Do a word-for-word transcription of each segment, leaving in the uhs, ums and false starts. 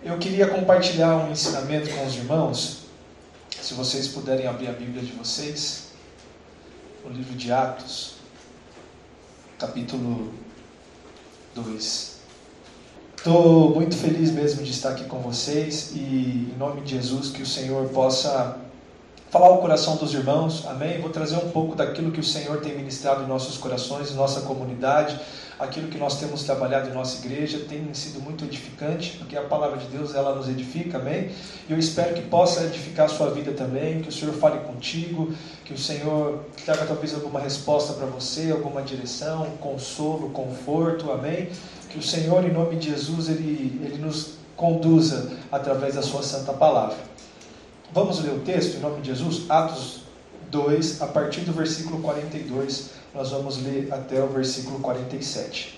Eu queria compartilhar um ensinamento com os irmãos. Se vocês puderem abrir a Bíblia de vocês, o livro de Atos, capítulo dois. Estou muito feliz mesmo de estar aqui com vocês e, em nome de Jesus, que o Senhor possa falar o coração dos irmãos, amém? Vou trazer um pouco daquilo que o Senhor tem ministrado em nossos corações, em nossa comunidade, aquilo que nós temos trabalhado em nossa igreja, tem sido muito edificante, porque a palavra de Deus, ela nos edifica, amém? E eu espero que possa edificar a sua vida também, que o Senhor fale contigo, que o Senhor traga talvez alguma resposta para você, alguma direção, consolo, conforto, amém? Que o Senhor, em nome de Jesus, Ele, Ele nos conduza através da sua santa palavra. Vamos ler o texto, em nome de Jesus? Atos dois, a partir do versículo quarenta e dois, nós vamos ler até o versículo quarenta e sete.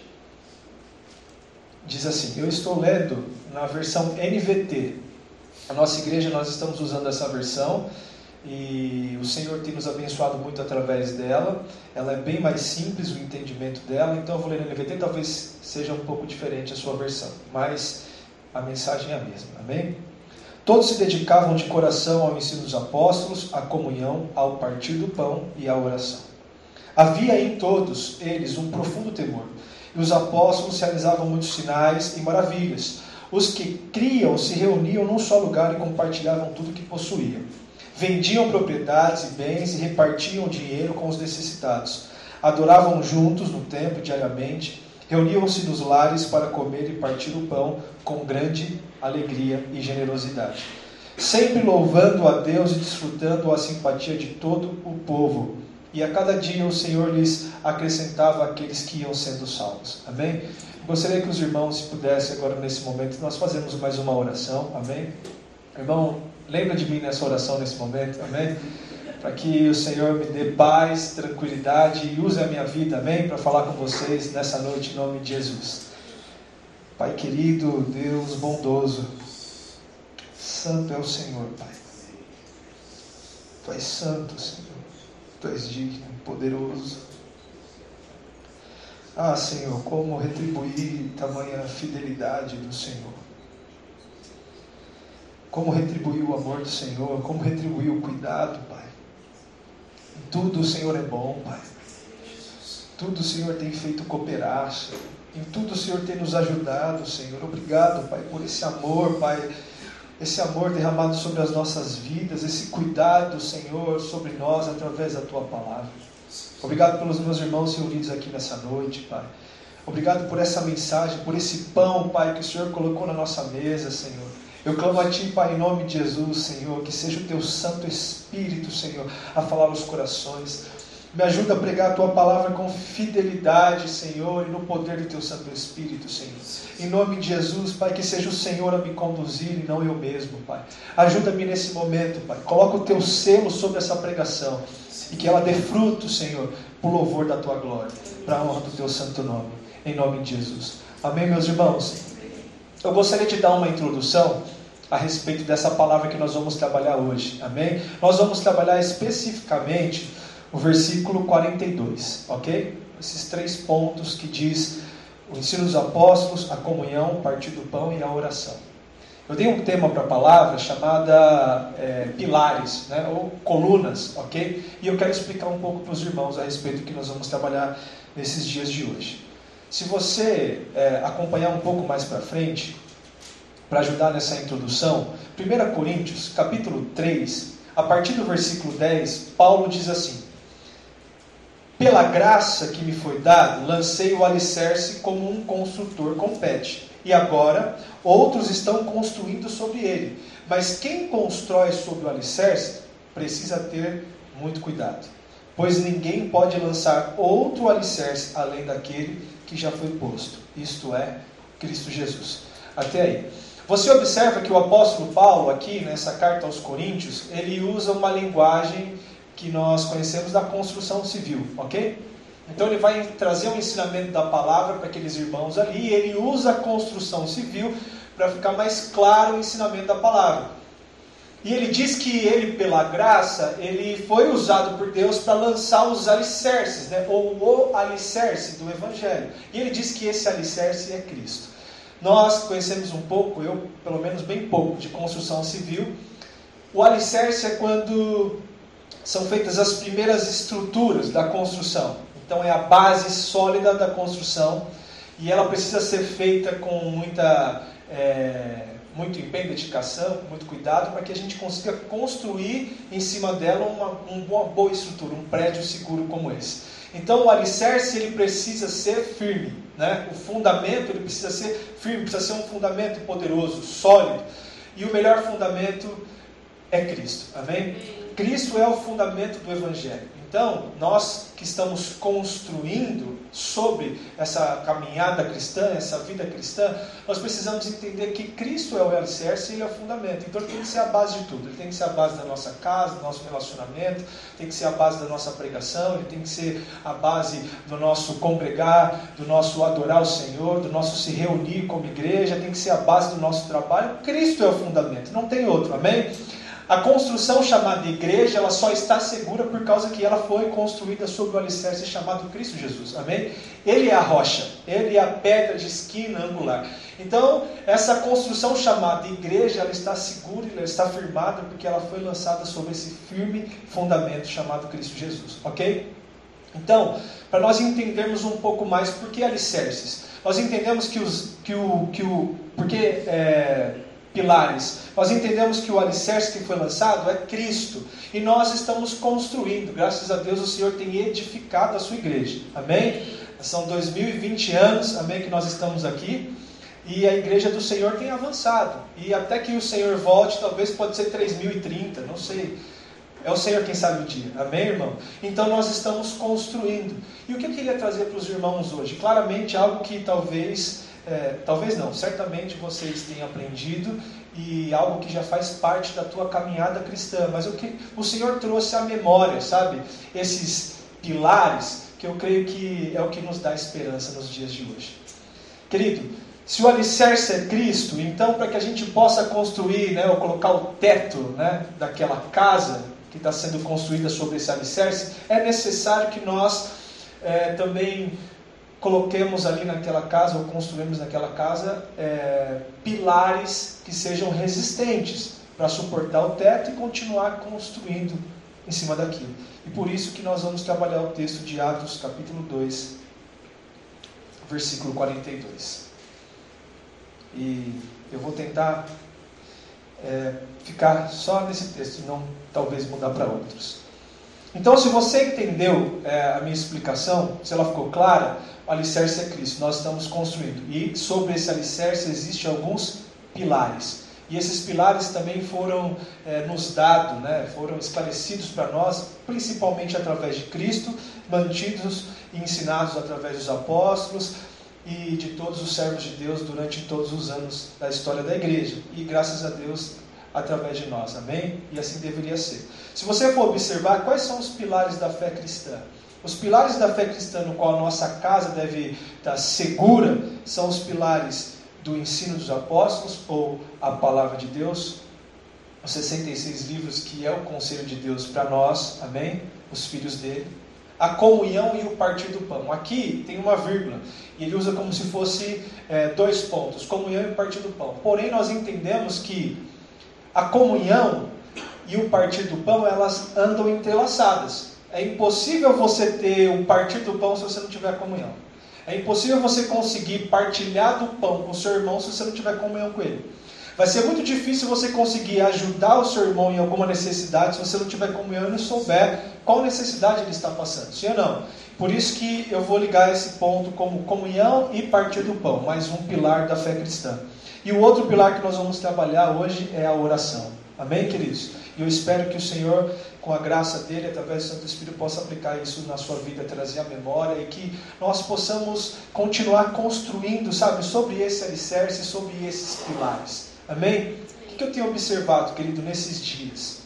Diz assim, eu estou lendo na versão N V T. A nossa igreja, nós estamos usando essa versão e o Senhor tem nos abençoado muito através dela. Ela é bem mais simples, o entendimento dela, então eu vou ler na N V T, talvez seja um pouco diferente a sua versão, mas a mensagem é a mesma, amém? Todos se dedicavam de coração ao ensino dos apóstolos, à comunhão, ao partir do pão e à oração. Havia em todos eles um profundo temor, e os apóstolos realizavam muitos sinais e maravilhas. Os que criam se reuniam num só lugar e compartilhavam tudo que possuíam. Vendiam propriedades e bens e repartiam o dinheiro com os necessitados. Adoravam juntos no templo diariamente, reuniam-se nos lares para comer e partir o pão com grande alegria e generosidade, sempre louvando a Deus e desfrutando a simpatia de todo o povo. E a cada dia o Senhor lhes acrescentava aqueles que iam sendo salvos. Amém? Gostaria que os irmãos, se pudessem agora nesse momento, nós fazemos mais uma oração. Amém? Irmão, lembra de mim nessa oração nesse momento. Amém? Para que o Senhor me dê paz, tranquilidade e use a minha vida, amém? Para falar com vocês nessa noite em nome de Jesus. Pai querido, Deus bondoso, santo é o Senhor, Pai. Tu és santo, Senhor. Tu és digno, poderoso. Ah, Senhor, como retribuir tamanha fidelidade do Senhor. Como retribuir o amor do Senhor, como retribuir o cuidado, Pai. Em tudo o Senhor é bom, Pai. Tudo o Senhor tem feito cooperar, Senhor. Em tudo o Senhor tem nos ajudado, Senhor. Obrigado, Pai, por esse amor, Pai. Esse amor derramado sobre as nossas vidas, esse cuidado, Senhor, sobre nós através da Tua palavra. Obrigado pelos meus irmãos reunidos aqui nessa noite, Pai. Obrigado por essa mensagem, por esse pão, Pai, que o Senhor colocou na nossa mesa, Senhor. Eu clamo a Ti, Pai, em nome de Jesus, Senhor, que seja o Teu Santo Espírito, Senhor, a falar aos corações. Me ajuda a pregar a Tua palavra com fidelidade, Senhor, e no poder do Teu Santo Espírito, Senhor. Em nome de Jesus, Pai, que seja o Senhor a me conduzir e não eu mesmo, Pai. Ajuda-me nesse momento, Pai. Coloca o Teu selo sobre essa pregação e que ela dê fruto, Senhor, por louvor da Tua glória, para a honra do Teu santo nome. Em nome de Jesus. Amém, meus irmãos? Eu gostaria de dar uma introdução a respeito dessa palavra que nós vamos trabalhar hoje. Amém? Nós vamos trabalhar especificamente o versículo quarenta e dois, ok? Esses três pontos que diz o ensino dos apóstolos, a comunhão, o partir do pão e a oração. Eu dei um tema para a palavra chamada é, pilares, né, ou colunas, ok? E eu quero explicar um pouco para os irmãos a respeito do que nós vamos trabalhar nesses dias de hoje. Se você é, acompanhar um pouco mais para frente, para ajudar nessa introdução, primeira Coríntios, capítulo três, a partir do versículo dez, Paulo diz assim: pela graça que me foi dada, lancei o alicerce como um construtor compete, e agora outros estão construindo sobre ele. Mas quem constrói sobre o alicerce precisa ter muito cuidado, pois ninguém pode lançar outro alicerce além daquele que já foi posto, isto é, Cristo Jesus. Até aí. Você observa que o apóstolo Paulo, aqui nessa carta aos Coríntios, ele usa uma linguagem que nós conhecemos da construção civil, ok? Então ele vai trazer um ensinamento da palavra para aqueles irmãos ali, e ele usa a construção civil para ficar mais claro o ensinamento da palavra. E ele diz que ele, pela graça, ele foi usado por Deus para lançar os alicerces, né? Ou o alicerce do Evangelho. E ele diz que esse alicerce é Cristo. nós conhecemos um pouco, eu pelo menos bem pouco, de construção civil. O alicerce é quando são feitas as primeiras estruturas da construção. Então é a base sólida da construção e ela precisa ser feita com muita, é, muito empenho, dedicação, muito cuidado, para que a gente consiga construir em cima dela uma, uma boa estrutura, um prédio seguro como esse. Então o alicerce ele precisa ser firme, né? O fundamento ele precisa ser firme, precisa ser um fundamento poderoso, sólido. E o melhor fundamento é Cristo, amém? Cristo é o fundamento do Evangelho. Então, nós que estamos construindo sobre essa caminhada cristã, essa vida cristã, nós precisamos entender que Cristo é o alicerce e Ele é o fundamento. Então, Ele tem que ser a base de tudo. Ele tem que ser a base da nossa casa, do nosso relacionamento, tem que ser a base da nossa pregação, Ele tem que ser a base do nosso congregar, do nosso adorar o Senhor, do nosso se reunir como igreja, tem que ser a base do nosso trabalho. Cristo é o fundamento, não tem outro, amém? A construção chamada igreja, ela só está segura por causa que ela foi construída sobre o alicerce chamado Cristo Jesus, amém? Ele é a rocha, Ele é a pedra de esquina angular. Então, essa construção chamada igreja, ela está segura, ela está firmada, porque ela foi lançada sobre esse firme fundamento chamado Cristo Jesus, ok? Então, para nós entendermos um pouco mais por que alicerces, nós entendemos que os, que o, que o, porque é, pilares, nós entendemos que o alicerce que foi lançado é Cristo, e nós estamos construindo, graças a Deus o Senhor tem edificado a sua igreja, amém? São dois mil e vinte anos, amém, que nós estamos aqui, e a igreja do Senhor tem avançado, e até que o Senhor volte, talvez pode ser três mil e trinta, não sei, é o Senhor quem sabe o dia, amém, irmão? Então nós estamos construindo, e o que eu queria trazer para os irmãos hoje? Claramente algo que talvez... É, talvez não, certamente vocês têm aprendido e algo que já faz parte da tua caminhada cristã, mas o que o Senhor trouxe à memória, sabe? Esses pilares que eu creio que é o que nos dá esperança nos dias de hoje. Querido, se o alicerce é Cristo, então para que a gente possa construir, né, ou colocar o teto, né, daquela casa que está sendo construída sobre esse alicerce, é necessário que nós é, também... coloquemos ali naquela casa, ou construímos naquela casa, é, pilares que sejam resistentes para suportar o teto e continuar construindo em cima daquilo. E por isso que nós vamos trabalhar o texto de Atos capítulo dois, versículo quarenta e dois. E eu vou tentar é, ficar só nesse texto, e não talvez mudar para outros. Então, se você entendeu é, a minha explicação, se ela ficou clara, o alicerce é Cristo, nós estamos construindo. E sobre esse alicerce existem alguns pilares. E esses pilares também foram é, nos dados, né, foram esclarecidos para nós, principalmente através de Cristo, mantidos e ensinados através dos apóstolos e de todos os servos de Deus durante todos os anos da história da igreja. E graças a Deus, através de nós, amém? E assim deveria ser. Se você for observar, quais são os pilares da fé cristã? Os pilares da fé cristã no qual a nossa casa deve estar segura são os pilares do ensino dos apóstolos, ou a palavra de Deus, os sessenta e seis livros que é o conselho de Deus para nós, amém? Os filhos dele. A comunhão e o partir do pão. Aqui tem uma vírgula, e ele usa como se fosse é, dois pontos, comunhão e o partir do pão. Porém, nós entendemos que a comunhão e o partir do pão, elas andam entrelaçadas. É impossível você ter um partir do pão se você não tiver comunhão. É impossível você conseguir partilhar do pão com o seu irmão se você não tiver comunhão com ele. Vai ser muito difícil você conseguir ajudar o seu irmão em alguma necessidade se você não tiver comunhão e não souber qual necessidade ele está passando. Sim ou não? Por isso que eu vou ligar esse ponto como comunhão e partir do pão, mais um pilar da fé cristã. E o outro pilar que nós vamos trabalhar hoje é a oração. Amém, queridos? E eu espero que o Senhor, com a graça dele, através do Santo Espírito, possa aplicar isso na sua vida, trazer a memória, e que nós possamos continuar construindo, sabe, sobre esse alicerce, sobre esses pilares. Amém? O que eu tenho observado, querido, nesses dias?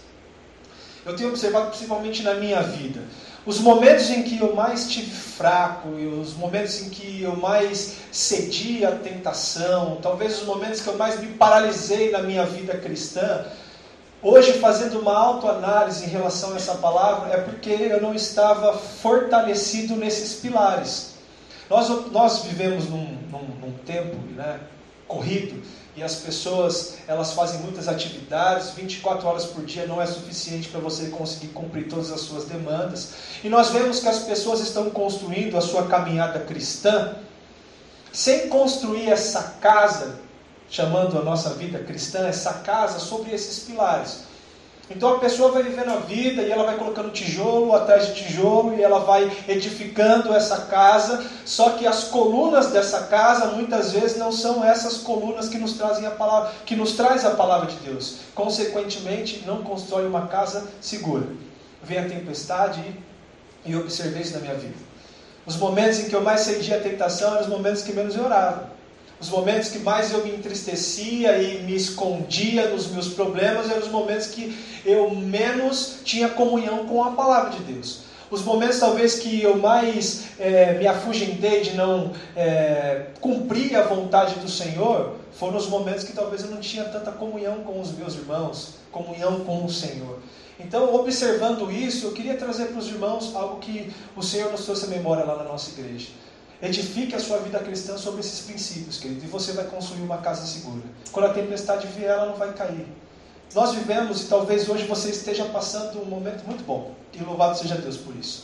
Eu tenho observado principalmente na minha vida. Os momentos em que eu mais estive fraco, e os momentos em que eu mais cedi à tentação, talvez os momentos que eu mais me paralisei na minha vida cristã, hoje, fazendo uma autoanálise em relação a essa palavra, é porque eu não estava fortalecido nesses pilares. Nós, nós vivemos num, num, num tempo, né, corrido, e as pessoas, elas fazem muitas atividades, vinte e quatro horas por dia não é suficiente para você conseguir cumprir todas as suas demandas. E nós vemos que as pessoas estão construindo a sua caminhada cristã, sem construir essa casa, chamando a nossa vida cristã, essa casa sobre esses pilares. Então a pessoa vai vivendo a vida e ela vai colocando tijolo atrás de tijolo e ela vai edificando essa casa, só que as colunas dessa casa muitas vezes não são essas colunas que nos trazem a palavra, que nos traz a palavra de Deus. Consequentemente, não constrói uma casa segura. Vem a tempestade e eu observei isso na minha vida. Os momentos em que eu mais cedia a tentação eram os momentos que menos eu orava. Os momentos que mais eu me entristecia e me escondia nos meus problemas eram os momentos que eu menos tinha comunhão com a palavra de Deus. Os momentos talvez que eu mais é, me afugentei de não é, cumprir a vontade do Senhor foram os momentos que talvez eu não tinha tanta comunhão com os meus irmãos, comunhão com o Senhor. Então, observando isso, eu queria trazer para os irmãos algo que o Senhor nos trouxe à memória lá na nossa igreja. Edifique a sua vida cristã sobre esses princípios, querido, e você vai construir uma casa segura. Quando a tempestade vier, ela não vai cair. Nós vivemos, e talvez hoje você esteja passando um momento muito bom, e louvado seja Deus por isso.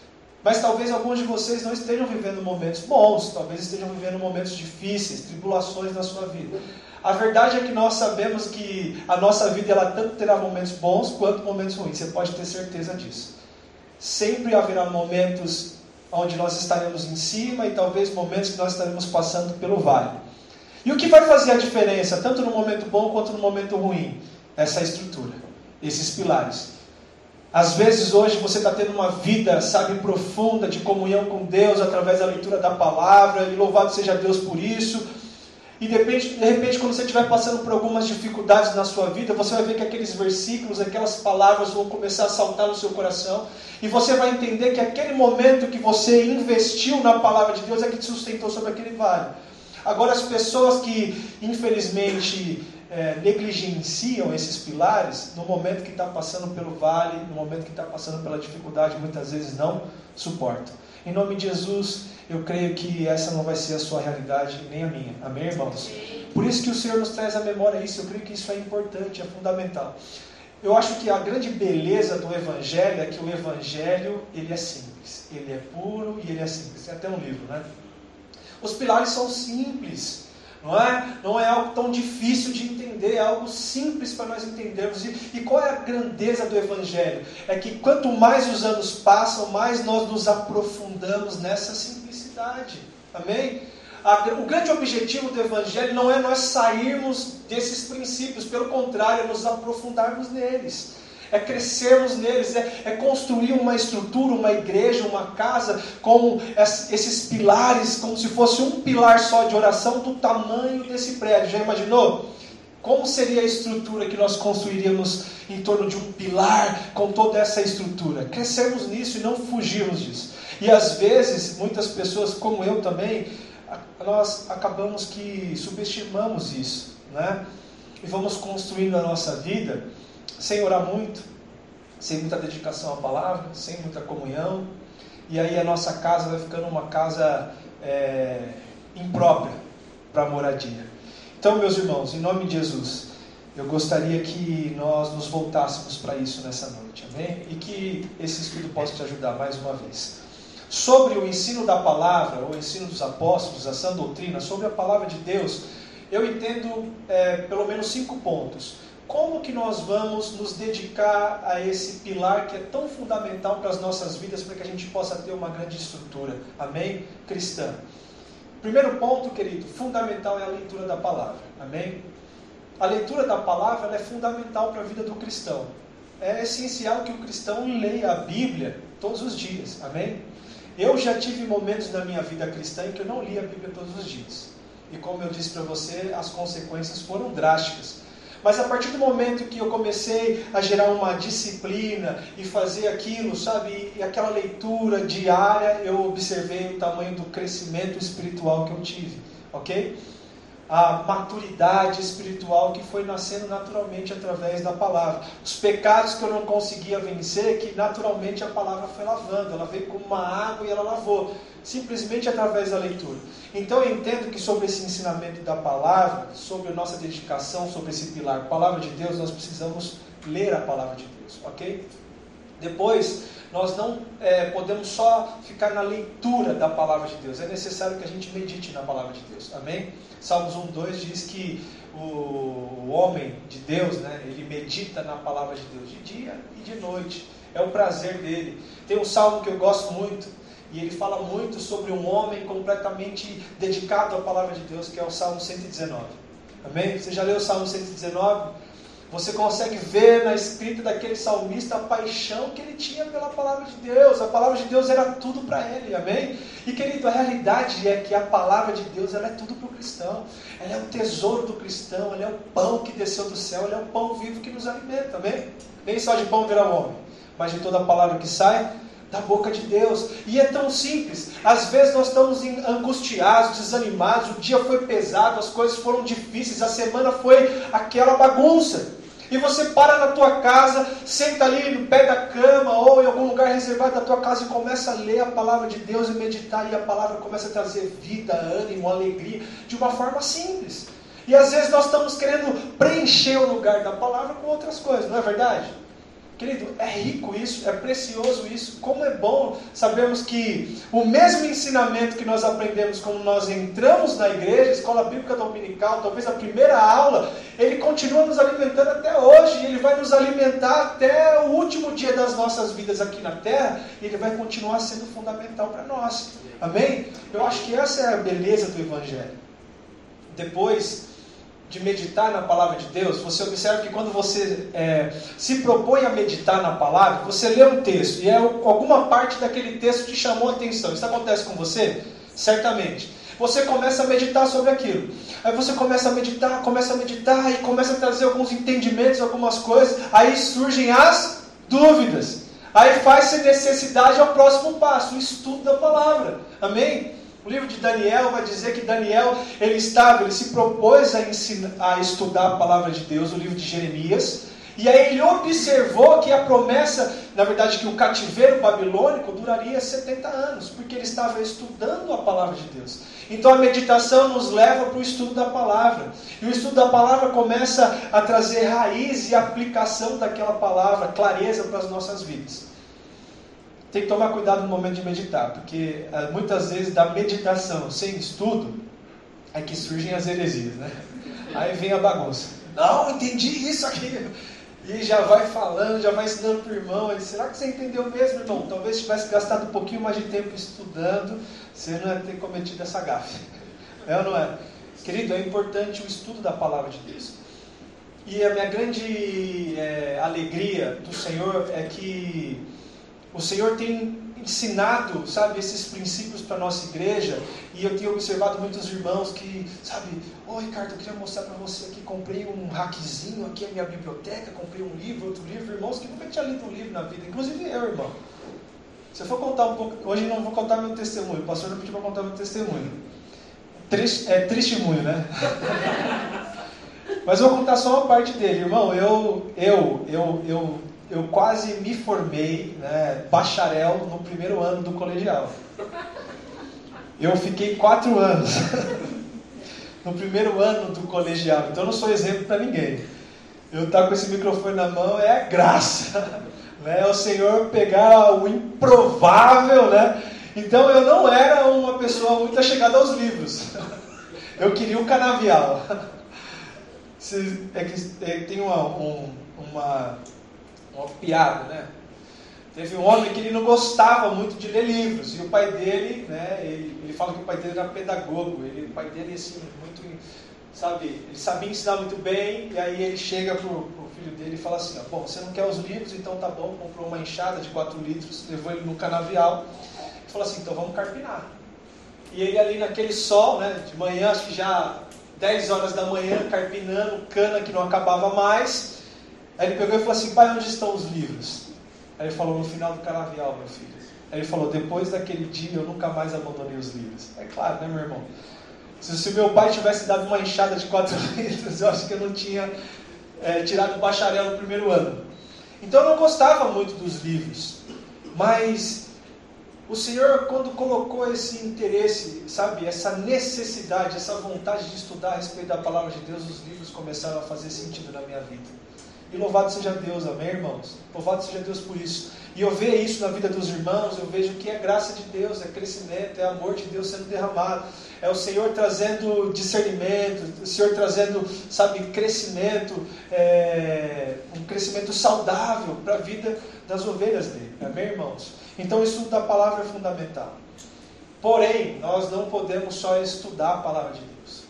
Mas talvez alguns de vocês não estejam vivendo momentos bons, talvez estejam vivendo momentos difíceis, tribulações na sua vida. A verdade é que nós sabemos que a nossa vida ela tanto terá momentos bons quanto momentos ruins, você pode ter certeza disso. Sempre haverá momentos onde nós estaremos em cima e talvez momentos que nós estaremos passando pelo vale. E o que vai fazer a diferença, tanto no momento bom quanto no momento ruim? Essa estrutura, esses pilares. Às vezes hoje você está tendo uma vida, sabe, profunda de comunhão com Deus através da leitura da palavra, e louvado seja Deus por isso. E de repente, de repente, quando você estiver passando por algumas dificuldades na sua vida, você vai ver que aqueles versículos, aquelas palavras vão começar a saltar no seu coração. E você vai entender que aquele momento que você investiu na palavra de Deus é que te sustentou sobre aquele vale. Agora, as pessoas que, infelizmente, é, negligenciam esses pilares, no momento que está passando pelo vale, no momento que está passando pela dificuldade, muitas vezes não suportam. Em nome de Jesus, eu creio que essa não vai ser a sua realidade, nem a minha. Amém, irmãos? Por isso que o Senhor nos traz à memória isso. Eu creio que isso é importante, é fundamental. Eu acho que a grande beleza do Evangelho é que o Evangelho, ele é simples. Ele é puro e ele é simples. Tem até um livro, né? Os pilares são simples, não é? Não é algo tão difícil de entender, é algo simples para nós entendermos. E, e qual é a grandeza do Evangelho? É que quanto mais os anos passam, mais nós nos aprofundamos nessa simplicidade. Amém? A, o grande objetivo do Evangelho não é nós sairmos desses princípios, pelo contrário, é nos aprofundarmos neles. É crescermos neles, é, é construir uma estrutura, uma igreja, uma casa, com esses pilares, como se fosse um pilar só de oração do tamanho desse prédio. Já imaginou? Como seria a estrutura que nós construiríamos em torno de um pilar com toda essa estrutura? Crescermos nisso e não fugirmos disso. E às vezes, muitas pessoas, como eu também, nós acabamos que subestimamos isso, né? E vamos construindo a nossa vida sem orar muito, sem muita dedicação à palavra, sem muita comunhão, e aí a nossa casa vai ficando uma casa é, imprópria para moradia. Então, meus irmãos, em nome de Jesus, eu gostaria que nós nos voltássemos para isso nessa noite, amém? E que esse estudo possa te ajudar mais uma vez. Sobre o ensino da palavra, o ensino dos apóstolos, a sã doutrina, sobre a palavra de Deus, eu entendo é, pelo menos cinco pontos. Como que nós vamos nos dedicar a esse pilar que é tão fundamental para as nossas vidas, para que a gente possa ter uma grande estrutura, amém? Cristã. Primeiro ponto, querido, fundamental é a leitura da palavra, amém? A leitura da palavra ela é fundamental para a vida do cristão. É essencial que o cristão leia a Bíblia todos os dias, amém? Eu já tive momentos na minha vida cristã em que eu não li a Bíblia todos os dias. E como eu disse para você, as consequências foram drásticas. Mas a partir do momento que eu comecei a gerar uma disciplina e fazer aquilo, sabe, e aquela leitura diária, eu observei o tamanho do crescimento espiritual que eu tive, ok? a maturidade espiritual que foi nascendo naturalmente através da palavra. Os pecados que eu não conseguia vencer, que naturalmente a palavra foi lavando. Ela veio como uma água e ela lavou, simplesmente através da leitura. Então eu entendo que sobre esse ensinamento da palavra, sobre a nossa dedicação, sobre esse pilar, palavra de Deus, nós precisamos ler a palavra de Deus, ok? Depois, nós não é, podemos só ficar na leitura da palavra de Deus. É necessário que a gente medite na palavra de Deus. Amém? Salmos um, dois diz que o, o homem de Deus, né, ele medita na palavra de Deus de dia e de noite. É o prazer dele. Tem um salmo que eu gosto muito, e ele fala muito sobre um homem completamente dedicado à palavra de Deus, que é o Salmo cento e dezenove. Amém? Você já leu o Salmo cento e dezenove? Você consegue ver na escrita daquele salmista a paixão que ele tinha pela palavra de Deus. A palavra de Deus era tudo para ele, amém? E querido, a realidade é que a palavra de Deus, ela é tudo para o cristão. Ela é o tesouro do cristão, ela é o pão que desceu do céu, ela é o pão vivo que nos alimenta, amém? Nem só de pão virá o homem, mas de toda a palavra que sai da boca de Deus. E é tão simples. Às vezes nós estamos angustiados, desanimados, o dia foi pesado, as coisas foram difíceis, a semana foi aquela bagunça. E você para na tua casa, senta ali no pé da cama ou em algum lugar reservado da tua casa e começa a ler a palavra de Deus e meditar, e a palavra começa a trazer vida, ânimo, alegria, de uma forma simples. E às vezes nós estamos querendo preencher o lugar da palavra com outras coisas, não é verdade? Querido, é rico isso, é precioso isso. Como é bom sabermos que o mesmo ensinamento que nós aprendemos quando nós entramos na igreja, escola bíblica dominical, talvez a primeira aula, ele continua nos alimentando até hoje, e ele vai nos alimentar até o último dia das nossas vidas aqui na terra, e ele vai continuar sendo fundamental para nós. Amém? Eu acho que essa é a beleza do Evangelho. Depois de meditar na palavra de Deus, você observa que quando você é, se propõe a meditar na palavra, você lê um texto, e é, alguma parte daquele texto te chamou a atenção. Isso acontece com você? Certamente. Você começa a meditar sobre aquilo. Aí você começa a meditar, começa a meditar, e começa a trazer alguns entendimentos, algumas coisas, aí surgem as dúvidas. Aí faz-se necessidade ao próximo passo, o estudo da palavra. Amém? O livro de Daniel vai dizer que Daniel, ele estava, ele se propôs a, ensinar, a estudar a palavra de Deus, o livro de Jeremias, e aí ele observou que a promessa, na verdade que o cativeiro babilônico duraria setenta anos, porque ele estava estudando a palavra de Deus. Então a meditação nos leva para o estudo da palavra, e o estudo da palavra começa a trazer raiz e aplicação daquela palavra, clareza para as nossas vidas. Tem que tomar cuidado no momento de meditar, porque muitas vezes da meditação sem estudo é que surgem as heresias, né? Aí vem a bagunça. Não, entendi isso aqui. E já vai falando, já vai ensinando para o irmão. Ele, será que você entendeu mesmo, irmão? Talvez tivesse gastado um pouquinho mais de tempo estudando, você não ia ter cometido essa gafe. É ou não é? Querido, é importante o estudo da palavra de Deus. E a minha grande é, alegria do Senhor é que o Senhor tem ensinado, sabe, esses princípios para a nossa igreja, e eu tenho observado muitos irmãos que, sabe, ô Ricardo, eu queria mostrar para você aqui, comprei um hackzinho aqui na minha biblioteca, comprei um livro, outro livro, irmãos que nunca tinham lido um livro na vida, inclusive eu, irmão. Se eu for contar um pouco, hoje não vou contar meu testemunho, o pastor não pediu para contar meu testemunho. Triste, é testemunho, né? Mas eu vou contar só uma parte dele, irmão, eu, eu, eu, eu, eu quase me formei, né, bacharel no primeiro ano do colegial. Eu fiquei quatro anos no primeiro ano do colegial, então eu não sou exemplo para ninguém. Eu estar com esse microfone na mão é graça, né? É o Senhor pegar o improvável, né? Então eu não era uma pessoa muito chegada aos livros. Eu queria o canavial. É que tem uma, um, uma, uma piada, né? Teve um homem que ele não gostava muito de ler livros, e o pai dele, né, ele, ele fala que o pai dele era pedagogo, ele, o pai dele, assim, muito, sabe, ele sabia ensinar muito bem, e aí ele chega pro, pro filho dele e fala assim, ó, bom, você não quer os livros, então tá bom, comprou uma enxada de quatro litros, levou ele no canavial, e falou assim, então vamos carpinar. E ele ali naquele sol, né, de manhã, acho que já dez horas da manhã, carpinando, cana que não acabava mais, aí ele pegou e falou assim, pai, onde estão os livros? Aí ele falou, no final do canavial, meu filho. Aí ele falou, depois daquele dia eu nunca mais abandonei os livros. É claro, né, meu irmão? Se, se meu pai tivesse dado uma enxada de quatro litros, eu acho que eu não tinha é, tirado o bacharel no primeiro ano. Então eu não gostava muito dos livros. Mas o Senhor, quando colocou esse interesse, sabe, essa necessidade, essa vontade de estudar a respeito da palavra de Deus, os livros começaram a fazer sentido na minha vida. E louvado seja Deus, amém, irmãos? Louvado seja Deus por isso. E eu vejo isso na vida dos irmãos, eu vejo que é graça de Deus, é crescimento, é amor de Deus sendo derramado. É o Senhor trazendo discernimento, o Senhor trazendo, sabe, crescimento, é, um crescimento saudável para a vida das ovelhas dele. Amém, irmãos? Então, o estudo da palavra é fundamental. Porém, nós não podemos só estudar a palavra de Deus.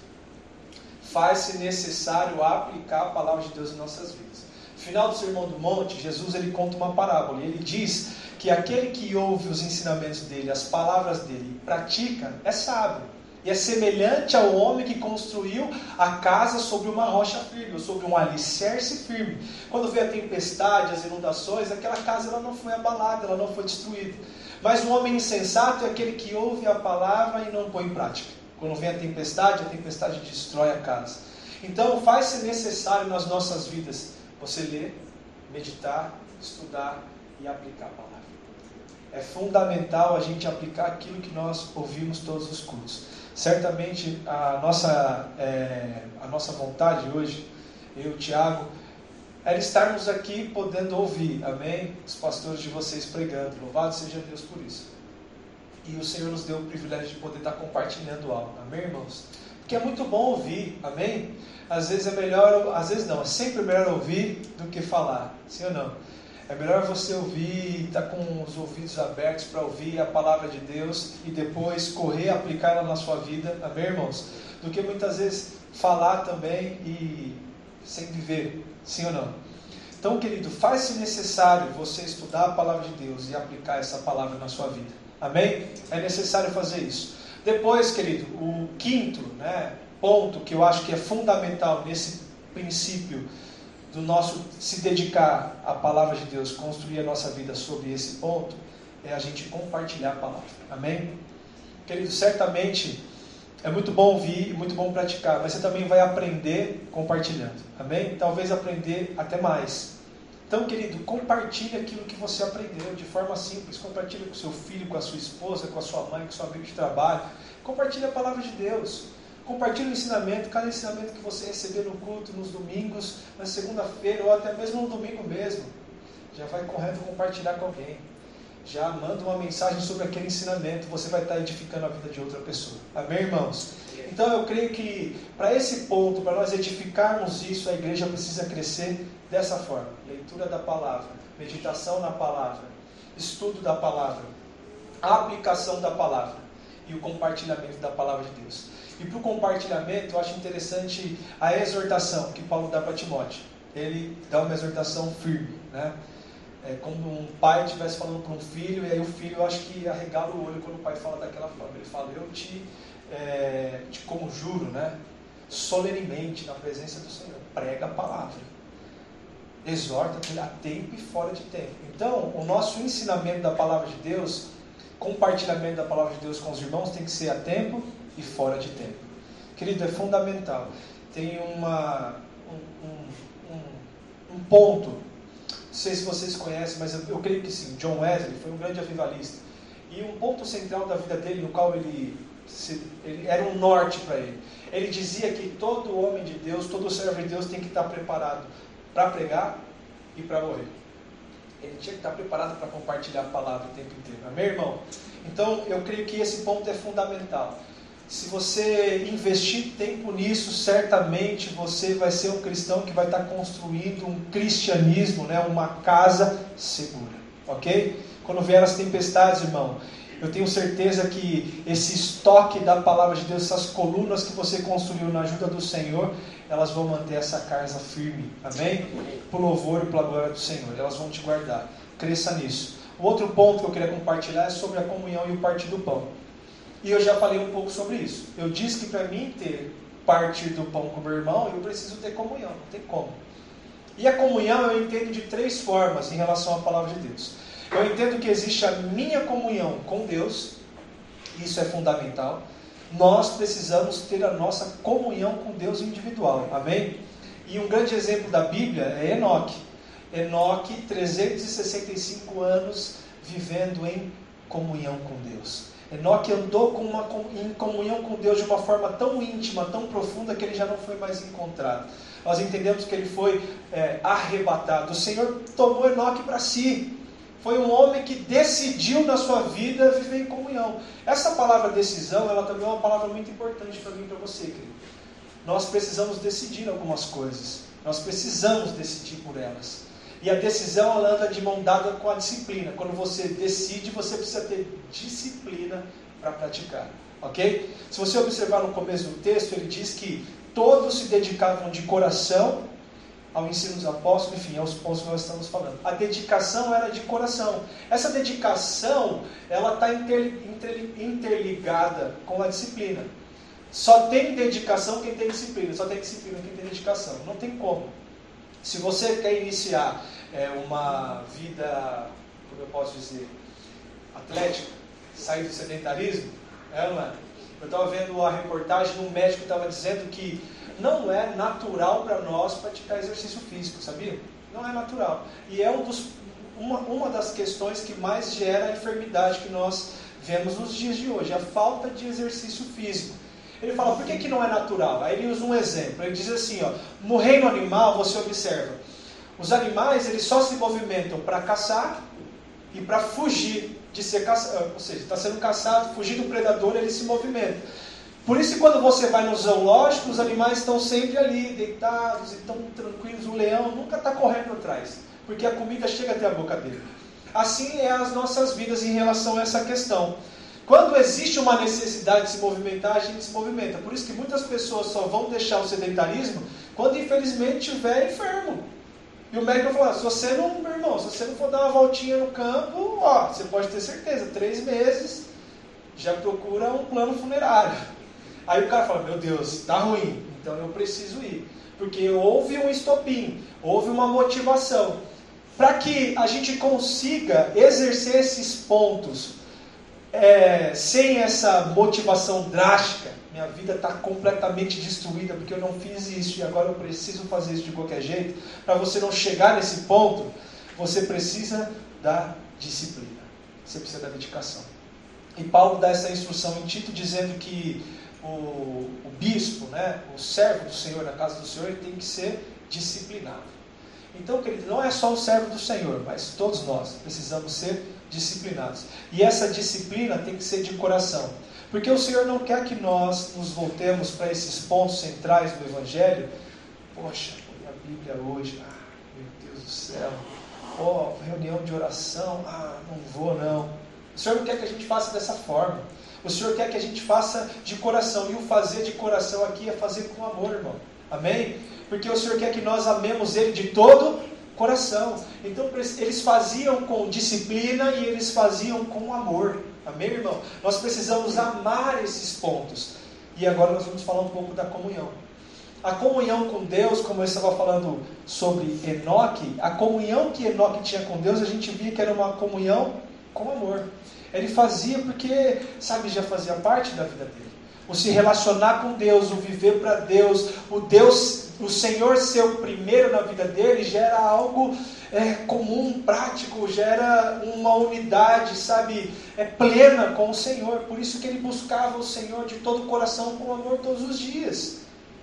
Faz-se necessário aplicar a palavra de Deus em nossas vidas. No final do Sermão do Monte, Jesus ele conta uma parábola. E ele diz que aquele que ouve os ensinamentos dele, as palavras dele, e pratica, é sábio. E é semelhante ao homem que construiu a casa sobre uma rocha firme, ou sobre um alicerce firme. Quando veio a tempestade, as inundações, aquela casa ela não foi abalada, ela não foi destruída. Mas o homem insensato é aquele que ouve a palavra e não põe em prática. Quando vem a tempestade, a tempestade destrói a casa. Então faz-se necessário nas nossas vidas você ler, meditar, estudar e aplicar a palavra. É fundamental a gente aplicar aquilo que nós ouvimos todos os cultos. Certamente a nossa, é, a nossa vontade hoje, eu, Tiago, era estarmos aqui podendo ouvir, amém? Os pastores de vocês pregando, louvado seja Deus por isso. E o Senhor nos deu o privilégio de poder estar compartilhando algo, amém, irmãos? Porque é muito bom ouvir, amém? Às vezes é melhor, às vezes não, é sempre melhor ouvir do que falar, sim ou não? É melhor você ouvir e estar com os ouvidos abertos para ouvir a palavra de Deus e depois correr e aplicá-la na sua vida, amém, irmãos? Do que muitas vezes falar também e sem viver, sim ou não? Então, querido, faz-se necessário você estudar a palavra de Deus e aplicar essa palavra na sua vida, amém? É necessário fazer isso. Depois, querido, o quinto, né, ponto que eu acho que é fundamental nesse princípio do nosso se dedicar à palavra de Deus, construir a nossa vida sobre esse ponto, é a gente compartilhar a palavra, amém? Querido, certamente é muito bom ouvir e muito bom praticar, mas você também vai aprender compartilhando, amém? Talvez aprender até mais. Então, querido, compartilhe aquilo que você aprendeu de forma simples, compartilhe com seu filho, com a sua esposa, com a sua mãe, com seu amigo de trabalho, compartilhe a palavra de Deus. Compartilhe o ensinamento, cada ensinamento que você receber no culto, nos domingos, na segunda-feira ou até mesmo no domingo mesmo. Já vai correndo compartilhar com alguém. Já manda uma mensagem sobre aquele ensinamento, você vai estar edificando a vida de outra pessoa. Amém, irmãos? Então eu creio que para esse ponto, para nós edificarmos isso, a igreja precisa crescer dessa forma. Leitura da palavra, meditação na palavra, estudo da palavra, aplicação da palavra e o compartilhamento da palavra de Deus. E para o compartilhamento, eu acho interessante a exortação que Paulo dá para Timóteo. Ele dá uma exortação firme, né? É como um pai estivesse falando para um filho, e aí o filho, eu acho que arregala o olho quando o pai fala daquela forma. Ele fala, eu te, é, te conjuro, né? Solenemente, na presença do Senhor, prega a palavra. Exorta a tempo e fora de tempo. Então, o nosso ensinamento da palavra de Deus, compartilhamento da palavra de Deus com os irmãos, tem que ser a tempo e fora de tempo. Querido, é fundamental. Tem uma, um, um, um, um ponto, não sei se vocês conhecem, mas eu, eu creio que sim, John Wesley foi um grande avivalista. E um ponto central da vida dele, no qual ele, se, ele era um norte para ele. Ele dizia que todo homem de Deus, todo servo de Deus tem que estar preparado para pregar e para morrer. Ele tinha que estar preparado para compartilhar a palavra o tempo inteiro. Amém, irmão? Então, eu creio que esse ponto é fundamental. Se você investir tempo nisso, certamente você vai ser um cristão que vai estar construindo um cristianismo, né? Uma casa segura. Ok? Quando vier as tempestades, irmão, eu tenho certeza que esse estoque da palavra de Deus, essas colunas que você construiu na ajuda do Senhor, elas vão manter essa casa firme. Amém? Por louvor e pela glória do Senhor. Elas vão te guardar. Cresça nisso. O outro ponto que eu queria compartilhar é sobre a comunhão e o partir do pão. E eu já falei um pouco sobre isso. Eu disse que para mim ter partir do pão com o meu irmão, eu preciso ter comunhão. Não tem como. E a comunhão eu entendo de três formas em relação à palavra de Deus. Eu entendo que existe a minha comunhão com Deus. Isso é fundamental. nós precisamos ter a nossa comunhão com Deus individual, amém? E um grande exemplo da Bíblia é Enoque. Enoque, trezentos e sessenta e cinco anos vivendo em comunhão com Deus. Enoque andou com uma, em comunhão com Deus de uma forma tão íntima, tão profunda, que ele já não foi mais encontrado. Nós entendemos que ele foi é, arrebatado. O Senhor tomou Enoque para si. Foi um homem que decidiu na sua vida viver em comunhão. Essa palavra decisão, ela também é uma palavra muito importante para mim e para você, querido. Nós precisamos decidir algumas coisas. Nós precisamos decidir por elas. E a decisão, ela anda de mão dada com a disciplina. Quando você decide, você precisa ter disciplina para praticar. Ok? Se você observar no começo do texto, ele diz que todos se dedicavam de coração ao ensino dos apóstolos, enfim, aos pontos que nós estamos falando. A dedicação era de coração. Essa dedicação, ela está interligada com a disciplina. Só tem dedicação quem tem disciplina, só tem disciplina quem tem dedicação. Não tem como. Se você quer iniciar é, uma vida, como eu posso dizer, atlética, sair do sedentarismo, é, não é? Eu estava vendo a reportagem de um médico que estava dizendo que não é natural para nós praticar exercício físico, sabia? Não é natural. E é um dos, uma, uma das questões que mais gera a enfermidade que nós vemos nos dias de hoje, a falta de exercício físico. Ele fala, por que, que não é natural? Aí ele usa um exemplo, ele diz assim, ó, no reino animal você observa, os animais eles só se movimentam para caçar e para fugir de ser caçado, ou seja, está sendo caçado, fugir do predador, ele se movimenta. Por isso que quando você vai no zoológico, os animais estão sempre ali, deitados e tão tranquilos, o leão nunca está correndo atrás, porque a comida chega até a boca dele. Assim é as nossas vidas em relação a essa questão. Quando existe uma necessidade de se movimentar, a gente se movimenta. Por isso que muitas pessoas só vão deixar o sedentarismo quando infelizmente estiver enfermo. E o médico vai falar, se você não, meu irmão, se você não for dar uma voltinha no campo, ó, você pode ter certeza, três meses, já procura um plano funerário. Aí o cara fala, meu Deus, está ruim, então eu preciso ir. Porque houve um estopim, houve uma motivação. Para que a gente consiga exercer esses pontos, É, sem essa motivação drástica, minha vida está completamente destruída porque eu não fiz isso e agora eu preciso fazer isso de qualquer jeito. Para você não chegar nesse ponto, você precisa da disciplina, você precisa da dedicação. E Paulo dá essa instrução em Tito dizendo que o, o bispo, né, o servo do Senhor na casa do Senhor, ele tem que ser disciplinado. Então, querido, não é só o servo do Senhor, mas todos nós precisamos ser disciplinados. E essa disciplina tem que ser de coração. Porque o Senhor não quer que nós nos voltemos para esses pontos centrais do Evangelho. Poxa, a Bíblia hoje, ah, meu Deus do céu. Oh, reunião de oração, ah, não vou não. O Senhor não quer que a gente faça dessa forma. O Senhor quer que a gente faça de coração. E o fazer de coração aqui é fazer com amor, irmão. Amém? Porque o Senhor quer que nós amemos Ele de todo coração. Então eles faziam com disciplina e eles faziam com amor. Amém, irmão? Nós precisamos amar esses pontos. E agora nós vamos falar um pouco da comunhão. A comunhão com Deus, como eu estava falando sobre Enoque, a comunhão que Enoque tinha com Deus, a gente via que era uma comunhão com amor. Ele fazia porque, sabe, já fazia parte da vida dele. O se relacionar com Deus, o viver para Deus, o Deus, o Senhor ser o primeiro na vida dele, gera algo é, comum, prático, gera uma unidade, sabe, é, plena com o Senhor. Por isso que ele buscava o Senhor de todo o coração, com amor todos os dias.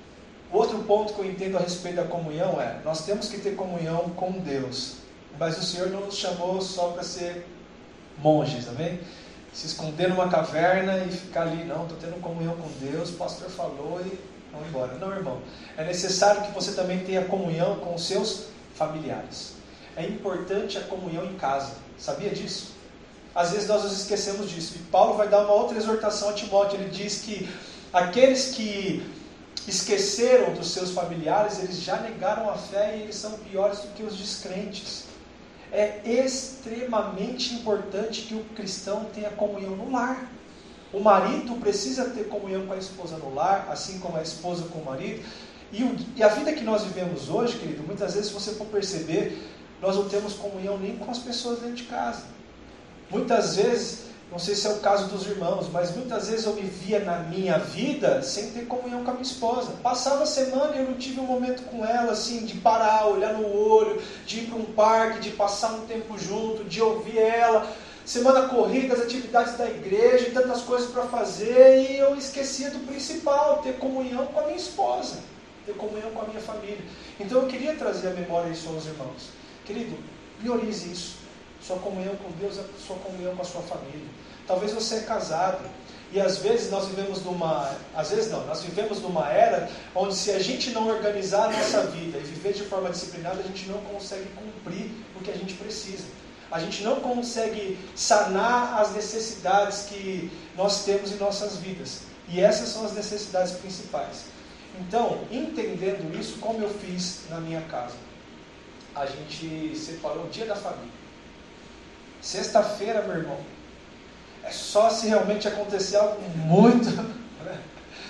O outro ponto que eu entendo a respeito da comunhão é, nós temos que ter comunhão com Deus, mas o Senhor não nos chamou só para ser monges, amém? Se esconder numa caverna e ficar ali, não, estou tendo comunhão com Deus, o pastor falou e vamos embora. Não, irmão, é necessário que você também tenha comunhão com os seus familiares. É importante a comunhão em casa, sabia disso? Às vezes nós nos esquecemos disso, e Paulo vai dar uma outra exortação a Timóteo, ele diz que aqueles que esqueceram dos seus familiares, eles já negaram a fé e eles são piores do que os descrentes. É extremamente importante que o cristão tenha comunhão no lar. O marido precisa ter comunhão com a esposa no lar, assim como a esposa com o marido. E, o, e a vida que nós vivemos hoje, querido, muitas vezes, se você for perceber, nós não temos comunhão nem com as pessoas dentro de casa. Muitas vezes Não sei se é o caso dos irmãos, mas muitas vezes eu me via na minha vida sem ter comunhão com a minha esposa. Passava a semana e eu não tive um momento com ela, assim, de parar, olhar no olho, de ir para um parque, de passar um tempo junto, de ouvir ela. Semana corrida, as atividades da igreja, tantas coisas para fazer, e eu esquecia do principal, ter comunhão com a minha esposa, ter comunhão com a minha família. Então eu queria trazer a memória isso aos irmãos. Querido, priorize isso. Sua comunhão com Deus é sua comunhão com a sua família. Talvez você é casado e às vezes nós vivemos numa, às vezes não, nós vivemos numa era onde se a gente não organizar a nossa vida e viver de forma disciplinada, a gente não consegue cumprir o que a gente precisa. A gente não consegue sanar as necessidades que nós temos em nossas vidas. E essas são as necessidades principais. Então, entendendo isso, como eu fiz na minha casa, a gente separou o dia da família. Sexta-feira, meu irmão, é só se realmente acontecer algo muito, né?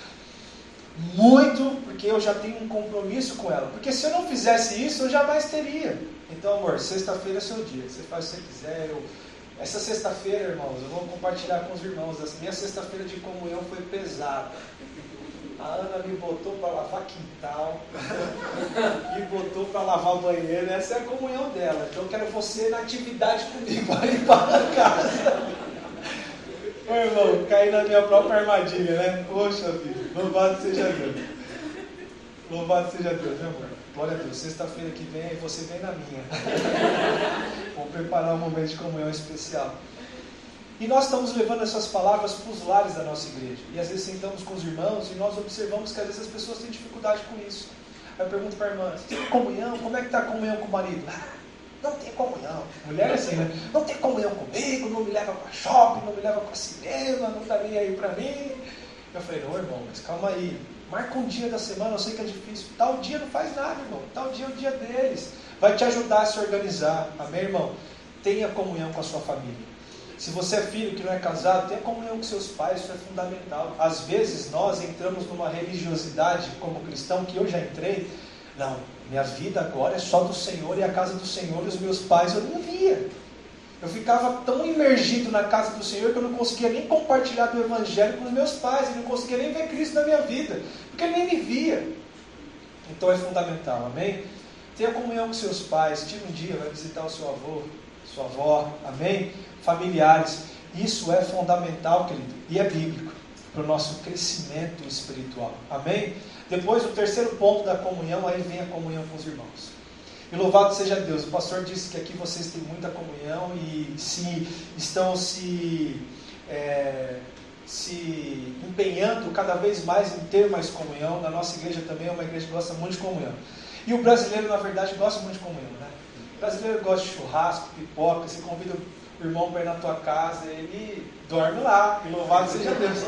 muito, porque eu já tenho um compromisso com ela. Porque se eu não fizesse isso, eu jamais teria. Então, amor, sexta-feira é seu dia. Você faz o que você quiser. Eu... Essa sexta-feira, irmãos, eu vou compartilhar com os irmãos. A minha sexta-feira de comunhão foi pesada. A Ana me botou para lavar quintal, me botou para lavar o banheiro. Essa é a comunhão dela. Então eu quero você na atividade comigo para limpar a casa. Ô irmão, caí na minha própria armadilha, né? Poxa vida, louvado seja Deus. Louvado seja Deus, meu amor. Glória a Deus. Sexta-feira que vem, você vem na minha. Vou preparar um momento de comunhão especial. E nós estamos levando essas palavras para os lares da nossa igreja. E às vezes sentamos com os irmãos e nós observamos que às vezes as pessoas têm dificuldade com isso. Aí eu pergunto para a irmã, você tem comunhão? Como é que está a comunhão com o marido? Ah, não tem comunhão. Mulher é assim, né? Não tem comunhão comigo, não me leva para shopping, não me leva para cinema, não está nem aí para mim. Eu falei, não, irmão, mas calma aí. Marca um dia da semana, eu sei que é difícil. Tal dia não faz nada, irmão. Tal dia é o dia deles. Vai te ajudar a se organizar. Amém, irmão? Tenha comunhão com a sua família. Se você é filho que não é casado, tenha comunhão com seus pais, isso é fundamental. Às vezes nós entramos numa religiosidade como cristão, que eu já entrei. Não, minha vida agora é só do Senhor e a casa do Senhor e os meus pais eu não via. Eu ficava tão imergido na casa do Senhor que eu não conseguia nem compartilhar do Evangelho com os meus pais, eu não conseguia nem ver Cristo na minha vida, porque ele nem me via. Então é fundamental, amém? Tenha comunhão com seus pais, tira um dia, vai visitar o seu avô, sua avó, amém? Familiares, isso é fundamental, querido, e é bíblico, para o nosso crescimento espiritual, amém? Depois, o terceiro ponto da comunhão, aí vem a comunhão com os irmãos. E louvado seja Deus, o pastor disse que aqui vocês têm muita comunhão e se, estão se, é, se empenhando cada vez mais em ter mais comunhão. Na nossa igreja também é uma igreja que gosta muito de comunhão. E o brasileiro, na verdade, gosta muito de comunhão, né? O brasileiro gosta de churrasco, pipoca, você convida o irmão para ir na tua casa, ele dorme lá, e louvado seja Deus.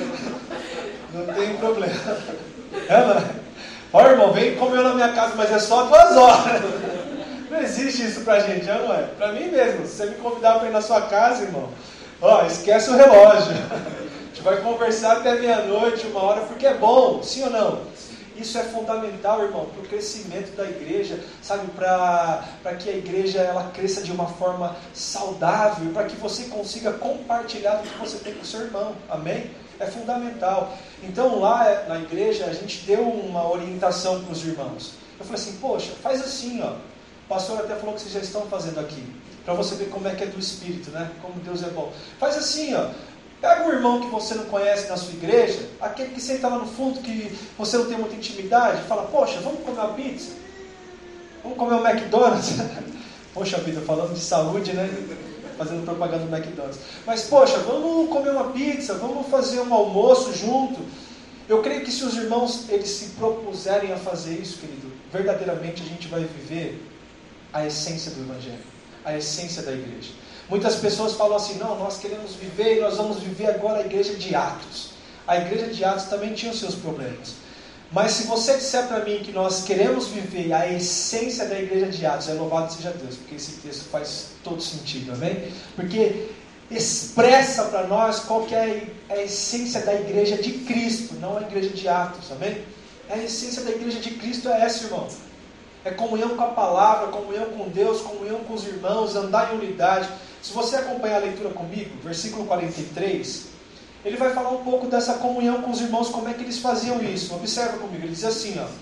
Não tem problema. É, não? Olha, irmão, vem comer na minha casa, mas é só duas horas. Não existe isso pra gente, não é? Pra mim mesmo, se você me convidar para ir na sua casa, irmão, ó, esquece o relógio. A gente vai conversar até meia-noite, uma hora, porque é bom, sim ou não? Isso é fundamental, irmão, para o crescimento da igreja, sabe? Para que a igreja ela cresça de uma forma saudável, para que você consiga compartilhar o que você tem com o seu irmão, amém? É fundamental. Então lá na igreja a gente deu uma orientação para os irmãos. Eu falei assim, poxa, faz assim, ó. O pastor até falou que vocês já estão fazendo aqui, para você ver como é que é do Espírito, né? Como Deus é bom. Faz assim, ó. Pega um irmão que você não conhece na sua igreja, aquele que senta lá no fundo, que você não tem muita intimidade, fala, poxa, vamos comer uma pizza? Vamos comer um McDonald's? Poxa vida, falando de saúde, né? Fazendo propaganda do McDonald's. Mas, poxa, vamos comer uma pizza, vamos fazer um almoço junto. Eu creio que se os irmãos eles se propuserem a fazer isso, querido, verdadeiramente a gente vai viver a essência do Evangelho, a essência da igreja. Muitas pessoas falam assim, não, nós queremos viver e nós vamos viver agora a igreja de Atos. A igreja de Atos também tinha os seus problemas. Mas se você disser para mim que nós queremos viver a essência da igreja de Atos, é louvado seja Deus, porque esse texto faz todo sentido, amém? Porque expressa para nós qual que é a essência da igreja de Cristo, não a igreja de Atos, amém? A essência da igreja de Cristo é essa, irmão. É comunhão com a palavra, comunhão com Deus, comunhão com os irmãos, andar em unidade. Se você acompanhar a leitura comigo, versículo quarenta e três, ele vai falar um pouco dessa comunhão com os irmãos, como é que eles faziam isso. Observa comigo, ele diz assim, ó,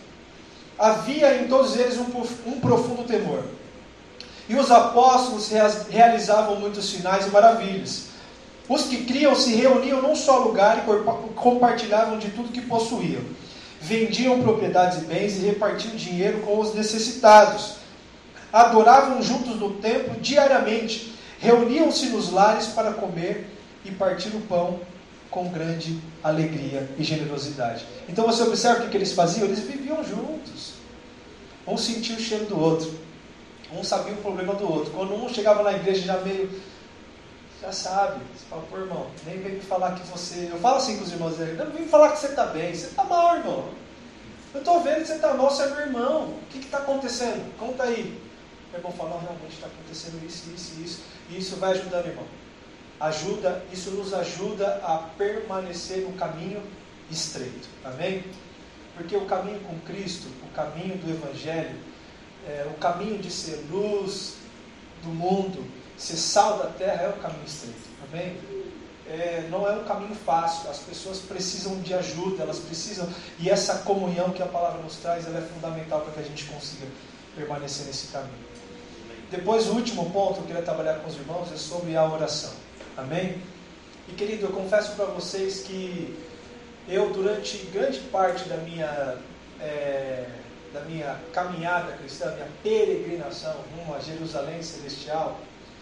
havia em todos eles um, um profundo temor, e os apóstolos realizavam muitos sinais e maravilhas. Os que criam se reuniam num só lugar e compartilhavam de tudo que possuíam. Vendiam propriedades e bens e repartiam dinheiro com os necessitados. Adoravam juntos no templo diariamente. Reuniam-se nos lares para comer e partir o pão com grande alegria e generosidade. Então você observa o que eles faziam? Eles viviam juntos. Um sentia o cheiro do outro. Um sabia o problema do outro. Quando um chegava na igreja já meio... já sabe. Você fala, pô, irmão, nem vem me falar que você... Eu falo assim com os irmãos dele. Não vem me falar que você está bem. Você está mal, irmão. Eu estou vendo que você está mal, você é meu irmão. O que está acontecendo? Conta aí. O irmão fala, não, realmente está acontecendo isso, isso e isso. E isso vai ajudando, irmão. Ajuda, isso nos ajuda a permanecer no caminho estreito. Amém? Porque o caminho com Cristo, o caminho do Evangelho, é, o caminho de ser luz do mundo, ser sal da terra, é o caminho estreito. Amém? É, não é um caminho fácil. As pessoas precisam de ajuda, elas precisam, e essa comunhão que a palavra nos traz, ela é fundamental para que a gente consiga permanecer nesse caminho. Depois, o último ponto que eu queria trabalhar com os irmãos é sobre a oração. Amém? E querido, eu confesso para vocês que eu, durante grande parte da minha, é, da minha caminhada cristã, minha peregrinação rumo a Jerusalém Celestial,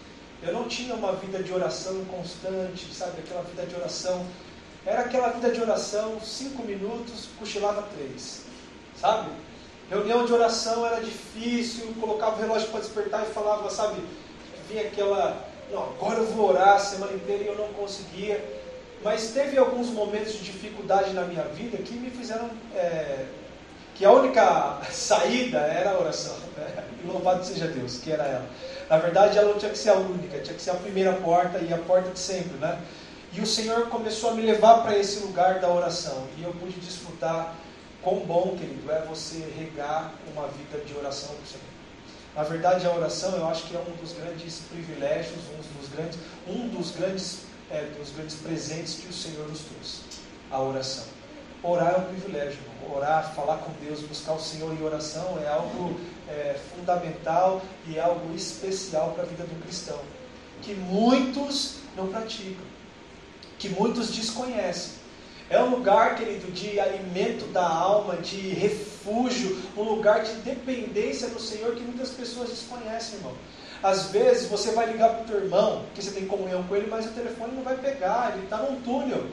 eu não tinha uma vida de oração constante, sabe? Aquela vida de oração, era aquela vida de oração, cinco minutos, cochilava três, sabe? Reunião de oração era difícil, colocava o relógio para despertar e falava, sabe? Vinha aquela, não, agora eu vou orar a semana inteira e eu não conseguia. Mas teve alguns momentos de dificuldade na minha vida que me fizeram, é, que a única saída era a oração, né? E louvado seja Deus, que era ela. Na verdade, ela não tinha que ser a única, tinha que ser a primeira porta e a porta de sempre, né? E o Senhor começou a me levar para esse lugar da oração. E eu pude desfrutar quão bom, querido, é você regar uma vida de oração com o Senhor. Na verdade, a oração, eu acho que é um dos grandes privilégios, um dos grandes, um dos grandes, é, dos grandes presentes que o Senhor nos trouxe. A oração. Orar é um privilégio, irmão. Orar, falar com Deus, buscar o Senhor em oração é algo é, fundamental e é algo especial para a vida do cristão, que muitos não praticam, que muitos desconhecem. É um lugar, querido, de alimento da alma, de refúgio, um lugar de dependência do Senhor que muitas pessoas desconhecem, irmão. Às vezes você vai ligar para o teu irmão, que você tem comunhão com ele, mas o telefone não vai pegar, ele está num túnel.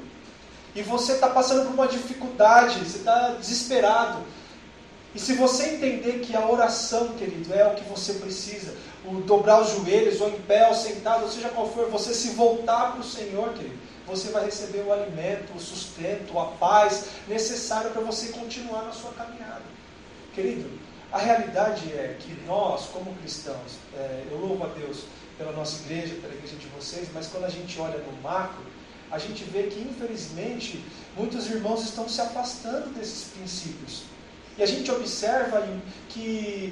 E você está passando por uma dificuldade, você está desesperado. E se você entender que a oração, querido, é o que você precisa, o dobrar os joelhos, ou em pé, ou sentado, ou seja qual for, você se voltar para o Senhor, querido, você vai receber o alimento, o sustento, a paz necessária para você continuar na sua caminhada. Querido, a realidade é que nós, como cristãos, é, eu louvo a Deus pela nossa igreja, pela igreja de vocês, mas quando a gente olha no macro, a gente vê que, infelizmente, muitos irmãos estão se afastando desses princípios. E a gente observa que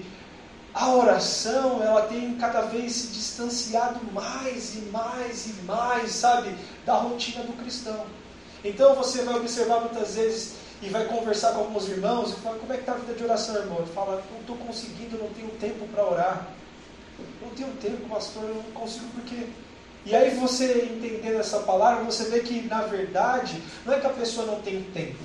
a oração, ela tem cada vez se distanciado mais e mais e mais, sabe, da rotina do cristão. Então você vai observar muitas vezes e vai conversar com alguns irmãos e fala, como é que está a vida de oração, irmão? Ele fala, não estou conseguindo, não tenho tempo para orar. Não tenho tempo, pastor, eu não consigo porque... E aí você entendendo essa palavra, você vê que na verdade, não é que a pessoa não tem tempo,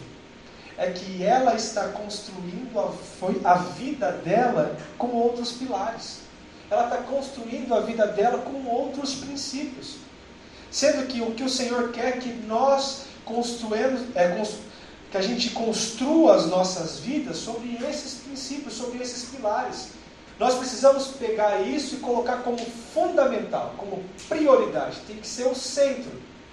é que ela está construindo a, foi, a vida dela com outros pilares. Ela está construindo a vida dela com outros princípios. Sendo que o que o Senhor quer que nós construamos, é, que a gente construa as nossas vidas sobre esses princípios, sobre esses pilares. Nós precisamos pegar isso e colocar como fundamental, como prioridade. Tem que ser o centro.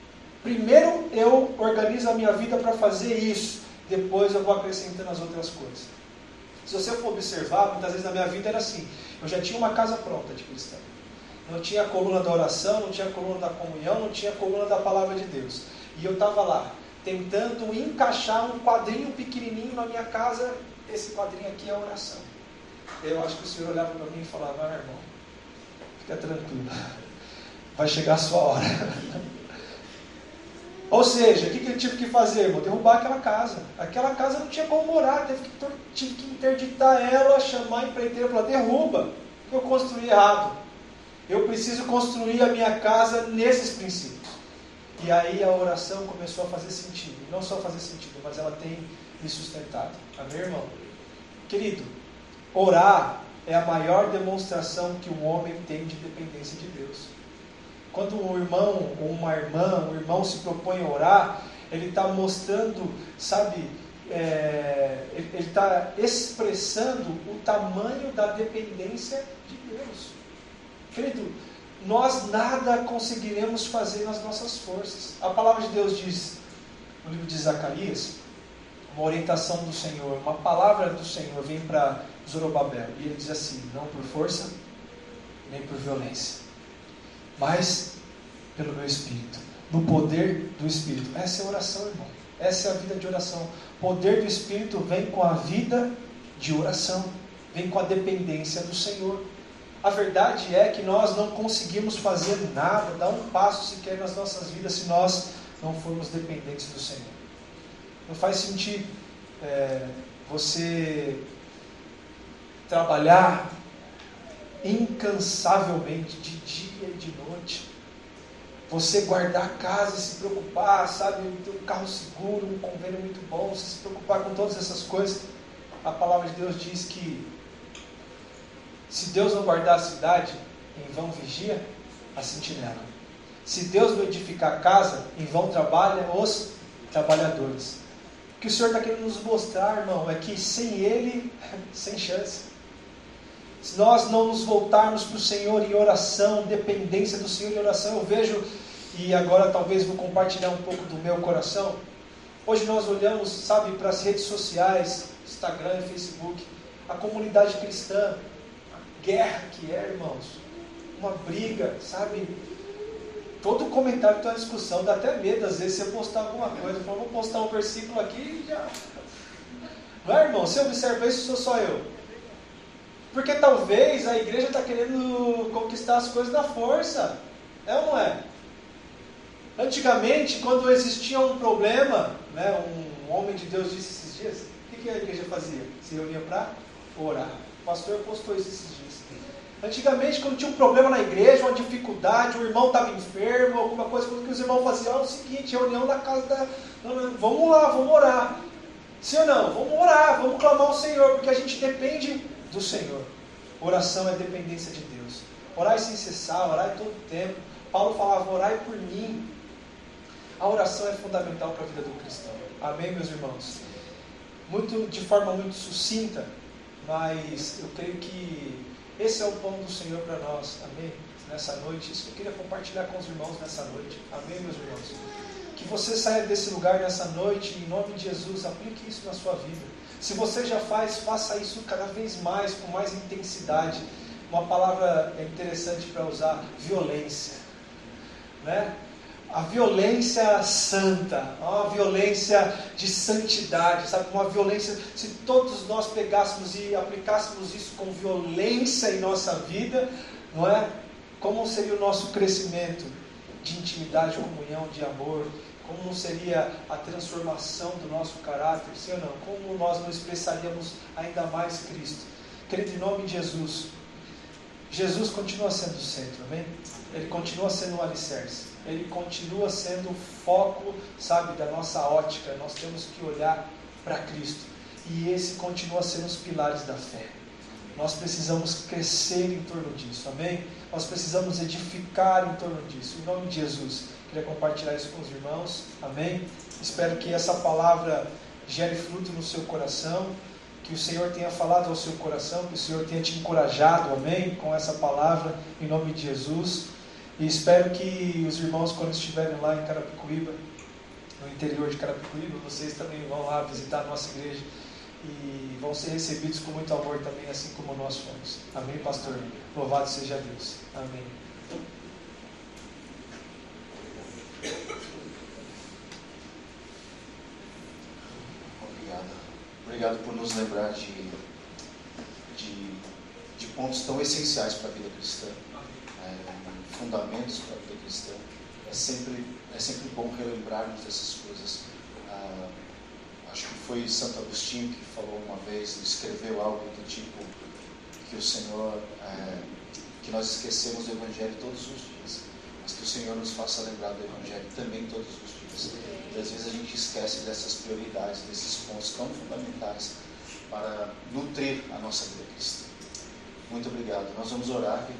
Primeiro eu organizo a minha vida para fazer isso. Depois eu vou acrescentando as outras coisas. Se você for observar, muitas vezes na minha vida era assim. Eu já tinha uma casa pronta de cristão. Não tinha a coluna da oração, não tinha a coluna da comunhão, não tinha a coluna da palavra de Deus. E eu estava lá, tentando encaixar um quadrinho pequenininho na minha casa. Esse quadrinho aqui é a oração. Eu acho que o Senhor olhava para mim e falava, ah, irmão, fica tranquilo. vai chegar a sua hora. Ou seja, o que ele teve que fazer, irmão? Derrubar aquela casa. Aquela casa não tinha como morar, teve que, tive que interditar ela, chamar a empreiteira para derruba, porque eu construí errado. Eu preciso construir a minha casa nesses princípios. E aí a oração começou a fazer sentido. E não só fazer sentido, mas ela tem me sustentado. Amém, irmão? Querido, orar é a maior demonstração que um homem tem de dependência de Deus. Quando um irmão ou uma irmã, um irmão se propõe a orar, ele está mostrando, sabe, é, ele está expressando o tamanho da dependência de Deus. Querido, nós nada conseguiremos fazer nas nossas forças. A palavra de Deus diz, no livro de Zacarias, uma orientação do Senhor, uma palavra do Senhor vem para Zorobabel, e ele diz assim: não por força, nem por violência, mas pelo meu Espírito, no poder do Espírito. Essa é a oração, irmão. Essa é a vida de oração. O poder do Espírito vem com a vida de oração, vem com a dependência do Senhor. A verdade é que nós não conseguimos fazer nada, dar um passo sequer nas nossas vidas, se nós não formos dependentes do Senhor. Não faz sentido é, você trabalhar incansavelmente, de dia e de noite, você guardar a casa e se preocupar, sabe, ter um carro seguro, um convênio muito bom, você se preocupar com todas essas coisas. A palavra de Deus diz que se Deus não guardar a cidade, em vão vigia a sentinela. Se Deus não edificar a casa, em vão trabalham os trabalhadores. O que o Senhor está querendo nos mostrar, irmão, é que sem Ele, sem chance. Se nós não nos voltarmos para o Senhor em oração, dependência do Senhor em oração, eu vejo, e agora talvez vou compartilhar um pouco do meu coração. Hoje nós olhamos, sabe, para as redes sociais, Instagram e Facebook, a comunidade cristã, a guerra que é, irmãos, uma briga, sabe? Todo comentário tem uma discussão, dá até medo às vezes você postar alguma coisa. Eu falo, vou postar um versículo aqui e já... Não é, irmão? Se observa isso, sou só eu. Porque talvez a igreja está querendo conquistar as coisas na força. É ou não é? Antigamente, quando existia um problema, né, um homem de Deus disse esses dias, o que, que a igreja fazia? Se reunia para orar. O pastor postou isso esses dias. Antigamente, quando tinha um problema na igreja, uma dificuldade, o irmão estava enfermo, alguma coisa, o que os irmãos faziam é o seguinte: reunião na casa da... Vamos lá, vamos orar. Sim ou não? Vamos orar, vamos clamar ao Senhor, porque a gente depende do Senhor. Oração é dependência de Deus. Orai sem cessar, orai todo o tempo. Paulo falava, orai por mim. A oração é fundamental para a vida do cristão. Amém, meus irmãos? Muito, de forma muito sucinta, mas eu creio que esse é o pão do Senhor para nós. Amém? Nessa noite, isso que eu queria compartilhar com os irmãos nessa noite. Amém, meus irmãos? Que você saia desse lugar nessa noite, em nome de Jesus, aplique isso na sua vida. Se você já faz, faça isso cada vez mais, com mais intensidade. Uma palavra interessante para usar, violência. Né? A violência santa, uma violência de santidade, sabe? Uma violência, se todos nós pegássemos e aplicássemos isso com violência em nossa vida, não é? Como seria o nosso crescimento de intimidade, de comunhão, de amor? Como não seria a transformação do nosso caráter, sim ou não? Como nós não expressaríamos ainda mais Cristo? Querido, em nome de Jesus, Jesus continua sendo o centro, amém? Ele continua sendo o alicerce. Ele continua sendo o foco, sabe, da nossa ótica. Nós temos que olhar para Cristo. E esse continua sendo os pilares da fé. Nós precisamos crescer em torno disso, amém? Nós precisamos edificar em torno disso. Em nome de Jesus, queria compartilhar isso com os irmãos, amém? Espero que essa palavra gere fruto no seu coração, que o Senhor tenha falado ao seu coração, que o Senhor tenha te encorajado, amém? Com essa palavra, em nome de Jesus. E espero que os irmãos, quando estiverem lá em Carapicuíba, no interior de Carapicuíba, vocês também vão lá visitar a nossa igreja e vão ser recebidos com muito amor também, assim como nós fomos. Amém, pastor? Louvado seja Deus. Amém. Obrigado. Obrigado por nos lembrar de, de, de pontos tão essenciais para a vida cristã. é, fundamentos para a vida cristã. É sempre, é sempre bom relembrarmos dessas coisas. Ah, acho que foi Santo Agostinho que falou uma vez, escreveu algo do tipo que o Senhor, é, que nós esquecemos do Evangelho todos os dias, mas que o Senhor nos faça lembrar do Evangelho também todos os dias. E às vezes a gente esquece dessas prioridades, desses pontos tão fundamentais para nutrir a nossa vida cristã. Muito obrigado. Nós vamos orar.